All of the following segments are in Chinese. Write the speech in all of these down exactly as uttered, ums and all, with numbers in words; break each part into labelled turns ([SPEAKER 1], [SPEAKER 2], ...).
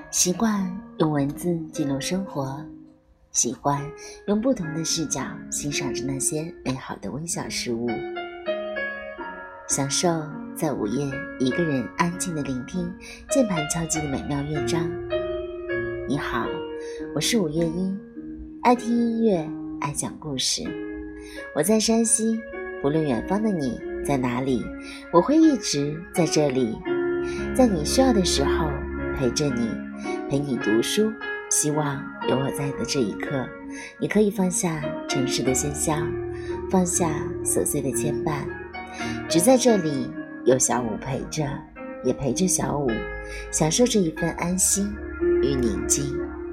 [SPEAKER 1] 习惯用文字记录生活，喜欢用不同的视角欣赏着那些美好的微小事物，享受在午夜一个人安静的聆听键盘敲击的美妙乐章。你好，我是五月音，爱听音乐，爱讲故事。我在山西，不论远方的你在哪里，我会一直在这里，在你需要的时候陪着你，陪你读书。希望有我在的这一刻，你可以放下城市的喧嚣，放下琐碎的牵绊，只在这里有小五陪着，也陪着小五，享受这一份安心与宁静。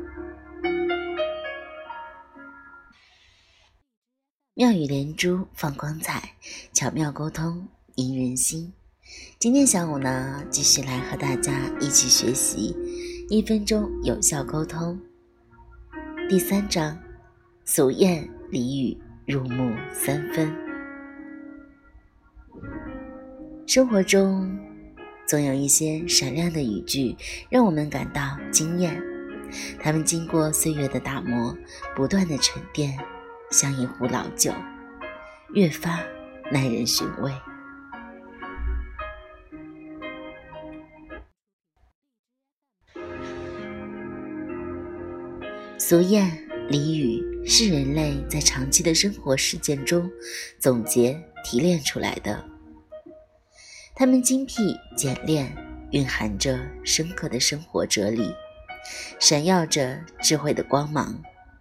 [SPEAKER 1] 妙语连珠放光彩，巧妙沟通赢人心。今天小五呢，继续来和大家一起学习一分钟有效沟通第三章，俗谚俚语入木三分。生活中总有一些闪亮的语句让我们感到惊艳，它们经过岁月的打磨，不断的沉淀，像一壶老酒，越发耐人寻味。俗谚俚语是人类在长期的生活实践中总结提炼出来的，它们精辟简练，蕴含着深刻的生活哲理，闪耀着智慧的光芒。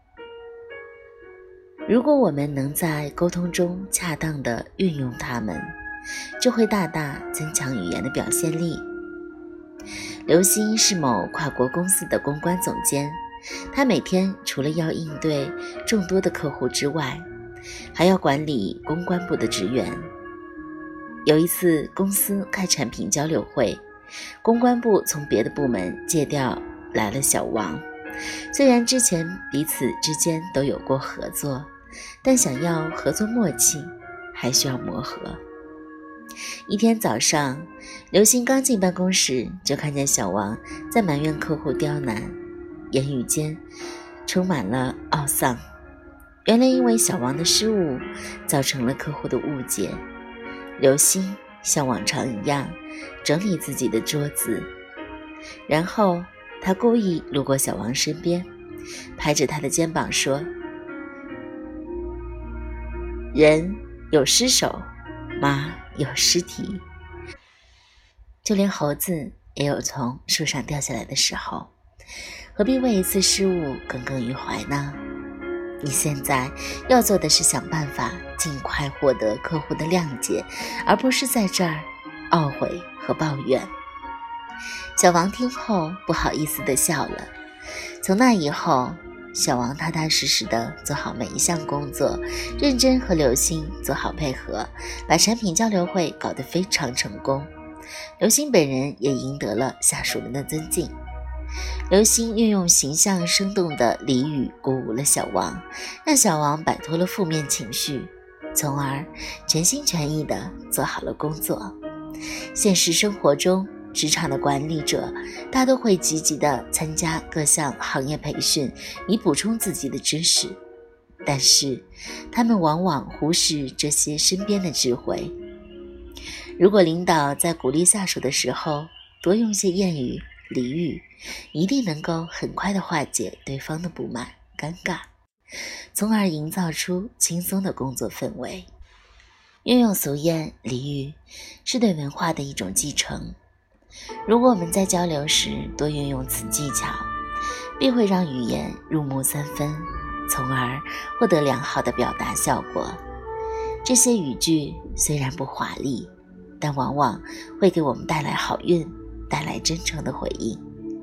[SPEAKER 1] 如果我们能在沟通中恰当地运用它们，就会大大增强语言的表现力。刘鑫是某跨国公司的公关总监，他每天除了要应对众多的客户之外，还要管理公关部的职员。有一次公司开产品交流会，公关部从别的部门借调来了小王。虽然之前彼此之间都有过合作，但想要合作默契，还需要磨合。一天早上，刘鑫刚进办公室，就看见小王在埋怨客户刁难，言语间充满了懊丧。原来因为小王的失误，造成了客户的误解。刘鑫像往常一样整理自己的桌子，然后他故意路过小王身边，拍着他的肩膀说：人有失手，马有失蹄，就连猴子也有从树上掉下来的时候，何必为一次失误耿耿于怀呢？你现在要做的是想办法尽快获得客户的谅解，而不是在这儿懊悔和抱怨。小王听后不好意思地笑了。从那以后，小王踏踏实实地做好每一项工作，认真和刘鑫做好配合，把产品交流会搞得非常成功。刘鑫本人也赢得了下属们的尊敬。刘鑫运用形象生动的俚语鼓舞了小王，让小王摆脱了负面情绪，从而全心全意地做好了工作。现实生活中，职场的管理者大都会积极地参加各项行业培训，以补充自己的知识，但是他们往往忽视这些身边的智慧。如果领导在鼓励下属的时候多用些谚语俚语，一定能够很快地化解对方的不满尴尬，从而营造出轻松的工作氛围。运用俗谚俚语是对文化的一种继承，如果我们在交流时多运用此技巧，必会让语言入木三分，从而获得良好的表达效果。这些语句虽然不华丽，但往往会给我们带来好运，带来真诚的回应。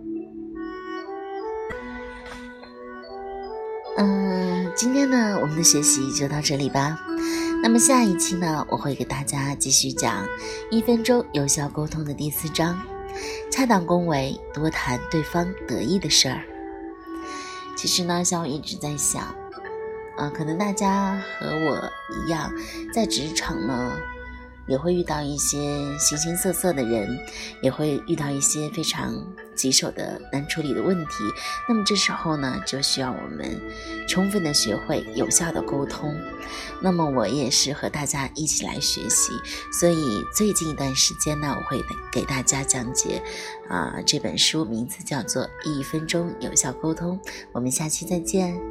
[SPEAKER 1] 嗯，今天呢，我们的学习就到这里吧。那么下一期呢，我会给大家继续讲一分钟有效沟通的第四章，恰当恭维，多谈对方得意的事儿。其实呢，像我一直在想，呃，可能大家和我一样，在职场呢， 也会遇到一些形形色色的人，也会遇到一些非常棘手的难处理的问题。那么这时候呢，就需要我们充分的学会有效的沟通。那么我也是和大家一起来学习，所以最近一段时间呢，我会给大家讲解啊、呃、这本书名字叫做《一分钟有效沟通》。我们下期再见。